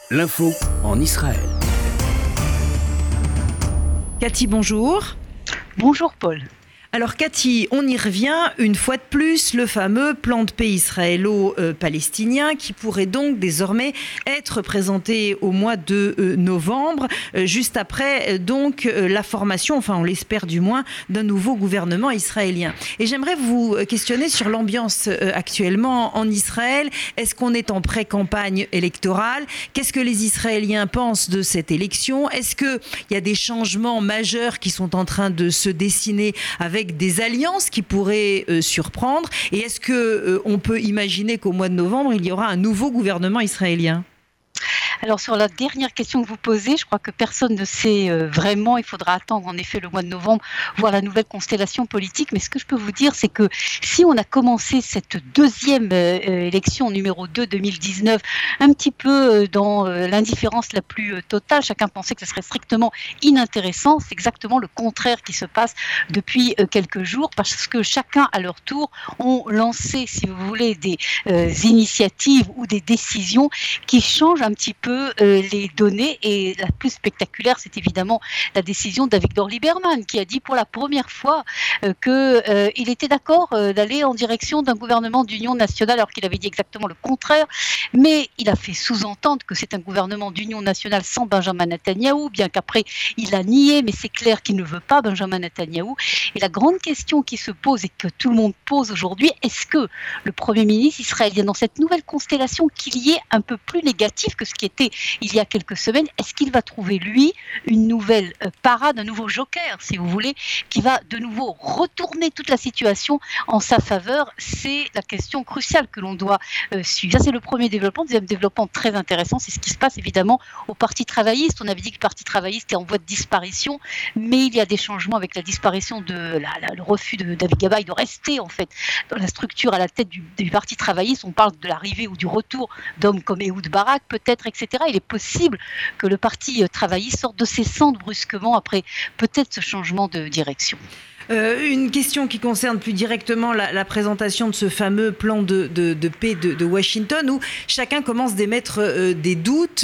L'info en Israël. Cathy, bonjour. Bonjour Paul. Alors Cathy, on y revient une fois de plus, le fameux plan de paix israélo-palestinien qui pourrait donc désormais être présenté au mois de novembre, juste après donc la formation, enfin on l'espère du moins, d'un nouveau gouvernement israélien. Et j'aimerais vous questionner sur l'ambiance actuellement en Israël. Est-ce qu'on est en pré-campagne électorale ? Qu'est-ce que les Israéliens pensent de cette élection ? Est-ce qu'il y a des changements majeurs qui sont en train de se dessiner avec des alliances qui pourraient surprendre? Et est-ce qu'on peut imaginer qu'au mois de novembre, il y aura un nouveau gouvernement israélien ? Alors sur la dernière question que vous posez, je crois que personne ne sait vraiment. Il faudra attendre en effet le mois de novembre, voir la nouvelle constellation politique. Mais ce que je peux vous dire, c'est que si on a commencé cette deuxième élection numéro 2 2019 un petit peu dans l'indifférence la plus totale, chacun pensait que ce serait strictement inintéressant. C'est exactement le contraire qui se passe depuis quelques jours, parce que chacun à leur tour ont lancé, si vous voulez, des initiatives ou des décisions qui changent un petit peu les données, et la plus spectaculaire, c'est évidemment la décision d'Avigdor Lieberman qui a dit pour la première fois qu'il était d'accord d'aller en direction d'un gouvernement d'union nationale, alors qu'il avait dit exactement le contraire, mais il a fait sous-entendre que c'est un gouvernement d'union nationale sans Benjamin Netanyahou, bien qu'après il a nié, mais c'est clair qu'il ne veut pas Benjamin Netanyahou. Et la grande question qui se pose et que tout le monde pose aujourd'hui, est-ce que le Premier ministre israélien, dans cette nouvelle constellation qu'il y ait un peu plus négatif que ce qui était il y a quelques semaines, est-ce qu'il va trouver, lui, une nouvelle parade, un nouveau joker, si vous voulez, qui va de nouveau retourner toute la situation en sa faveur? C'est la question cruciale que l'on doit suivre. Ça, c'est le premier développement. Deuxième développement très intéressant, c'est ce qui se passe évidemment au Parti travailliste. On avait dit que le Parti travailliste est en voie de disparition, mais il y a des changements avec la disparition le refus de David Gabaï de rester en fait dans la structure à la tête du Parti travailliste. On parle de l'arrivée ou du retour d'hommes comme Ehud Barak, peut-être, etc. Il est possible que le Parti travailliste sorte de ses cendres brusquement après peut-être ce changement de direction. Une question qui concerne plus directement la présentation de ce fameux plan de paix de Washington, où chacun commence d'émettre des doutes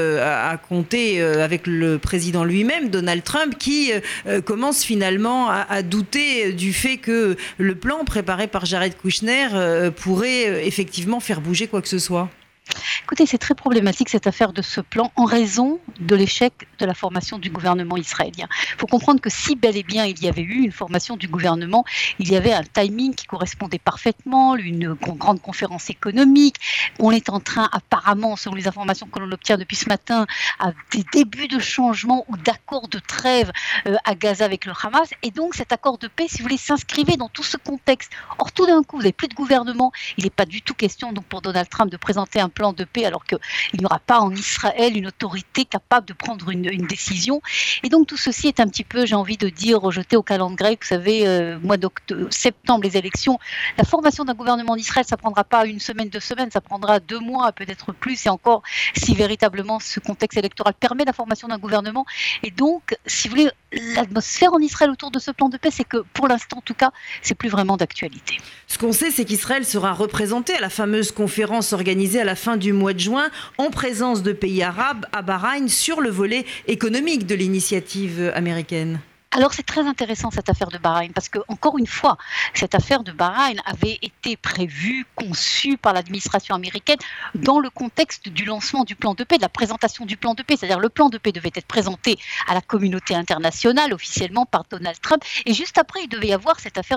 à compter avec le président lui-même, Donald Trump, qui commence finalement à douter du fait que le plan préparé par Jared Kushner pourrait effectivement faire bouger quoi que ce soit. Écoutez, c'est très problématique cette affaire de ce plan en raison de l'échec de la formation du gouvernement israélien. Il faut comprendre que si bel et bien il y avait eu une formation du gouvernement, il y avait un timing qui correspondait parfaitement, une grande conférence économique. On est en train, apparemment, selon les informations que l'on obtient depuis ce matin, à des débuts de changement ou d'accords de trêve à Gaza avec le Hamas. Et donc cet accord de paix, si vous voulez, s'inscrivait dans tout ce contexte. Or, tout d'un coup, vous n'avez plus de gouvernement. Il n'est pas du tout question donc pour Donald Trump de présenter un plan de paix alors qu'il n'y aura pas en Israël une autorité capable de prendre une décision. Et donc tout ceci est un petit peu, j'ai envie de dire, rejeté au calendrier grec. Vous savez, mois de septembre, les élections. La formation d'un gouvernement d'Israël, ça ne prendra pas une semaine, 2 semaines, ça prendra 2 mois, peut-être plus, et encore si véritablement ce contexte électoral permet la formation d'un gouvernement. Et donc, si vous voulez, l'atmosphère en Israël autour de ce plan de paix, c'est que pour l'instant, en tout cas, c'est plus vraiment d'actualité. Ce qu'on sait, c'est qu'Israël sera représenté à la fameuse conférence organisée à la fin du mois de juin, en présence de pays arabes à Bahreïn, sur le volet économique de l'initiative américaine. Alors c'est très intéressant cette affaire de Bahreïn, parce que encore une fois, cette affaire de Bahreïn avait été prévue, conçue par l'administration américaine dans le contexte du lancement du plan de paix, de la présentation du plan de paix. C'est-à-dire le plan de paix devait être présenté à la communauté internationale officiellement par Donald Trump, et juste après il devait y avoir cette affaire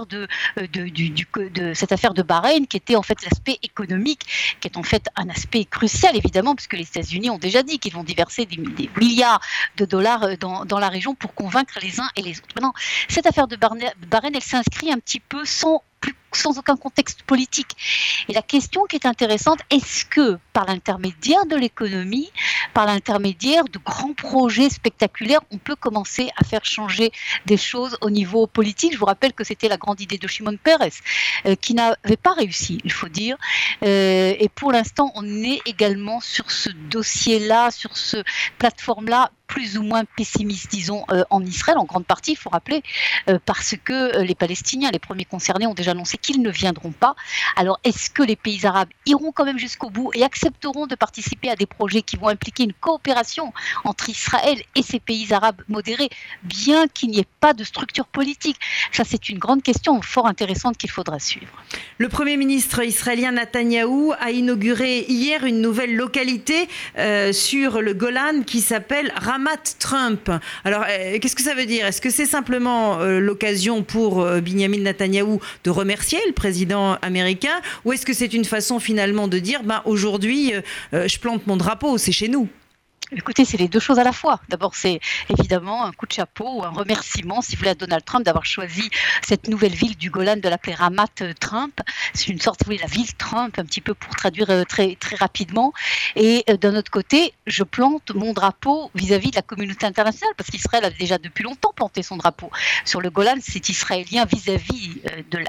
cette affaire de Bahreïn qui était en fait l'aspect économique, qui est en fait un aspect crucial évidemment, puisque les États-Unis ont déjà dit qu'ils vont déverser des milliards de dollars dans la région pour convaincre les uns et les autres. Maintenant, cette affaire de Bahreïn, elle s'inscrit un petit peu sans aucun contexte politique. Et la question qui est intéressante, est-ce que par l'intermédiaire de l'économie, par l'intermédiaire de grands projets spectaculaires, on peut commencer à faire changer des choses au niveau politique? Je vous rappelle que c'était la grande idée de Shimon Peres, qui n'avait pas réussi, il faut dire. Et pour l'instant, on est également sur ce dossier-là, sur cette plateforme-là, plus ou moins pessimiste, disons, en Israël, en grande partie, il faut rappeler, parce que les Palestiniens, les premiers concernés, ont déjà annoncé qu'ils ne viendront pas. Alors, est-ce que les pays arabes iront quand même jusqu'au bout et accepteront de participer à des projets qui vont impliquer une coopération entre Israël et ces pays arabes modérés, bien qu'il n'y ait pas de structure politique? Ça, c'est une grande question fort intéressante qu'il faudra suivre. Le Premier ministre israélien Netanyahou a inauguré hier une nouvelle localité sur le Golan qui s'appelle Ramat Trump. Alors, qu'est-ce que ça veut dire? Est-ce que c'est simplement l'occasion pour Binyamin Netanyahou de remercier le président américain, ou est-ce que c'est une façon finalement de dire aujourd'hui, je plante mon drapeau, c'est chez nous? Écoutez, c'est les deux choses à la fois. D'abord, c'est évidemment un coup de chapeau ou un remerciement, si vous voulez, à Donald Trump d'avoir choisi cette nouvelle ville du Golan de l'appeler Ramat Trump. C'est une sorte, vous voulez, la ville Trump, un petit peu pour traduire très, très rapidement. Et d'un autre côté, je plante mon drapeau vis-à-vis de la communauté internationale, parce qu'Israël a déjà depuis longtemps planté son drapeau. Sur le Golan, c'est israélien vis-à-vis de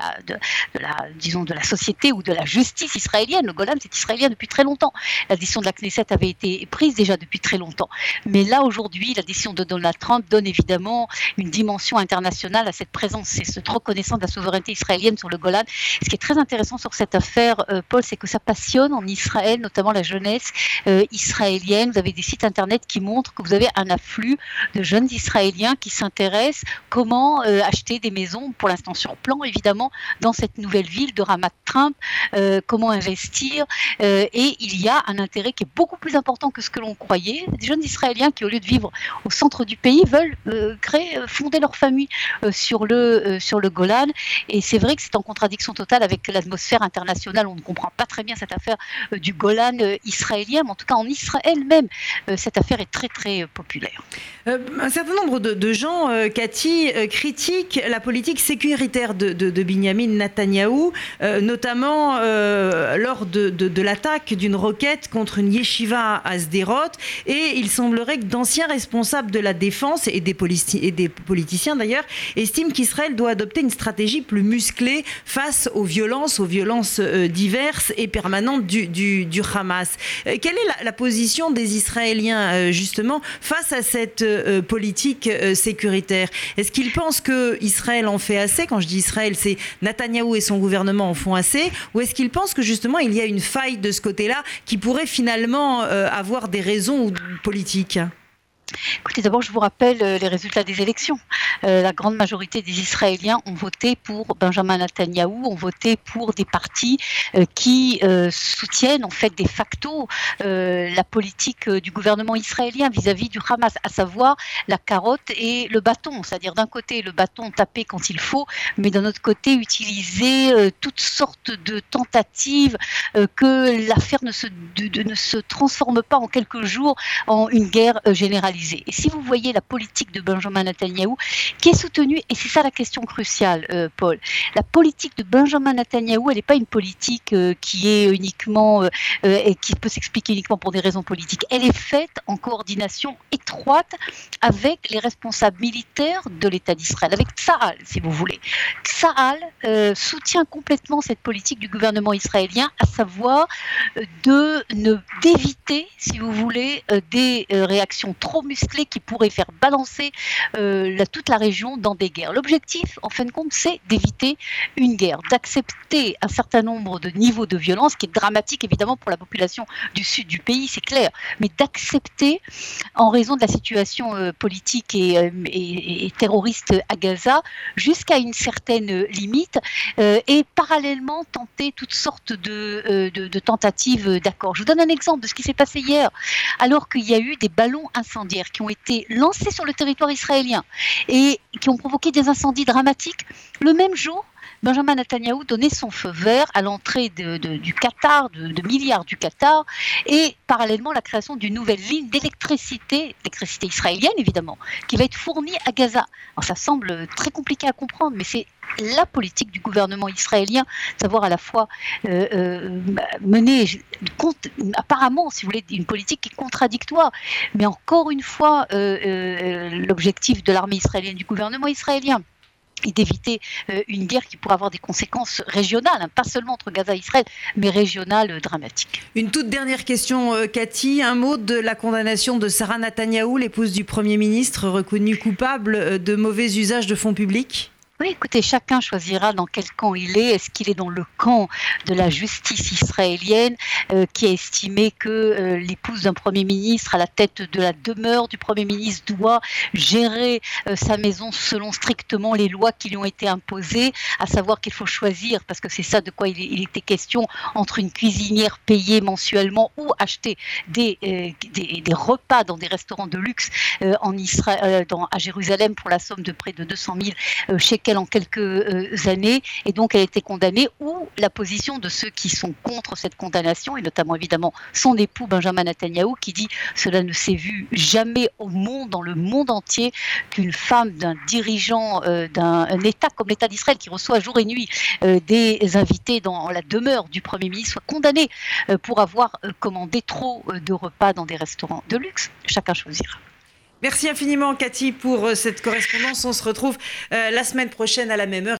la société ou de la justice israélienne. Le Golan, c'est israélien depuis très longtemps. La décision de la Knesset avait été prise déjà depuis très longtemps. Mais là, aujourd'hui, la décision de Donald Trump donne évidemment une dimension internationale à cette présence, c'est cette reconnaissance de la souveraineté israélienne sur le Golan. Ce qui est très intéressant sur cette affaire, Paul, c'est que ça passionne en Israël, notamment la jeunesse israélienne. Vous avez des sites internet qui montrent que vous avez un afflux de jeunes Israéliens qui s'intéressent comment acheter des maisons, pour l'instant sur plan évidemment, dans cette nouvelle ville de Ramat Trump, comment investir. Et il y a un intérêt qui est beaucoup plus important que ce que l'on croyait. Des jeunes Israéliens qui, au lieu de vivre au centre du pays, veulent fonder leur famille sur le Golan. Et c'est vrai que c'est en contradiction totale avec l'atmosphère internationale. On ne comprend pas très bien cette affaire du Golan israélien, mais en tout cas en Israël même, cette affaire est très très populaire. Un certain nombre de gens, Cathy, critiquent la politique sécuritaire de Binyamin Netanyahou, notamment lors de l'attaque d'une roquette contre une yeshiva à Sderot. Et il semblerait que d'anciens responsables de la défense et des politiciens d'ailleurs estiment qu'Israël doit adopter une stratégie plus musclée face aux violences diverses et permanentes du Hamas. Quelle est la position des Israéliens justement face à cette politique sécuritaire? Est-ce qu'ils pensent qu'Israël en fait assez? Quand je dis Israël, c'est Netanyahou et son gouvernement en font assez? Ou est-ce qu'ils pensent que justement il y a une faille de ce côté-là qui pourrait finalement avoir des raisons politiques? Écoutez, d'abord, je vous rappelle les résultats des élections. La grande majorité des Israéliens ont voté pour Benjamin Netanyahou, ont voté pour des partis qui soutiennent en fait de facto la politique du gouvernement israélien vis-à-vis du Hamas, à savoir la carotte et le bâton. C'est-à-dire d'un côté le bâton tapé quand il faut, mais d'un autre côté utiliser toutes sortes de tentatives que l'affaire ne se transforme pas en quelques jours en une guerre généralisée. Et si vous voyez la politique de Benjamin Netanyahou, qui est soutenue, et c'est ça la question cruciale, Paul, la politique de Benjamin Netanyahou, elle n'est pas une politique qui est uniquement, et qui peut s'expliquer uniquement pour des raisons politiques. Elle est faite en coordination étroite avec les responsables militaires de l'État d'Israël, avec Tsahal, si vous voulez. Tsahal soutient complètement cette politique du gouvernement israélien, à savoir d'éviter, si vous voulez, des réactions trop musclés qui pourraient faire balancer toute la région dans des guerres. L'objectif, en fin de compte, c'est d'éviter une guerre, d'accepter un certain nombre de niveaux de violence, qui est dramatique évidemment pour la population du sud du pays, c'est clair, mais d'accepter, en raison de la situation politique et terroriste à Gaza, jusqu'à une certaine limite, et parallèlement tenter toutes sortes de tentatives d'accord. Je vous donne un exemple de ce qui s'est passé hier, alors qu'il y a eu des ballons incendiaires qui ont été lancés sur le territoire israélien et qui ont provoqué des incendies dramatiques. Le même jour, Benjamin Netanyahou donnait son feu vert à l'entrée du Qatar, de milliards du Qatar, et parallèlement la création d'une nouvelle ligne d'électricité israélienne évidemment, qui va être fournie à Gaza. Alors ça semble très compliqué à comprendre, mais c'est la politique du gouvernement israélien, savoir à la fois mener apparemment, si vous voulez, une politique qui est contradictoire, mais encore une fois, l'objectif de l'armée israélienne, du gouvernement israélien, et d'éviter une guerre qui pourrait avoir des conséquences régionales, pas seulement entre Gaza et Israël, mais régionales dramatiques. Une toute dernière question, Cathy. Un mot de la condamnation de Sarah Netanyahou, l'épouse du Premier ministre, reconnue coupable de mauvais usage de fonds publics ? Oui, écoutez, chacun choisira dans quel camp il est. Est-ce qu'il est dans le camp de la justice israélienne qui a estimé que l'épouse d'un Premier ministre à la tête de la demeure du Premier ministre doit gérer sa maison selon strictement les lois qui lui ont été imposées, à savoir qu'il faut choisir, parce que c'est ça de quoi il était question, entre une cuisinière payée mensuellement ou acheter des repas dans des restaurants de luxe en Israël, à Jérusalem pour la somme de près de 200 000 shekels en quelques années, et donc elle a été condamnée, ou la position de ceux qui sont contre cette condamnation, et notamment évidemment son époux Benjamin Netanyahou, qui dit « Cela ne s'est vu jamais au monde, dans le monde entier, qu'une femme d'un dirigeant d'un État comme l'État d'Israël, qui reçoit jour et nuit des invités dans la demeure du Premier ministre, soit condamnée pour avoir commandé trop de repas dans des restaurants de luxe. » Chacun choisira. Merci infiniment, Cathy, pour cette correspondance. On se retrouve la semaine prochaine à la même heure.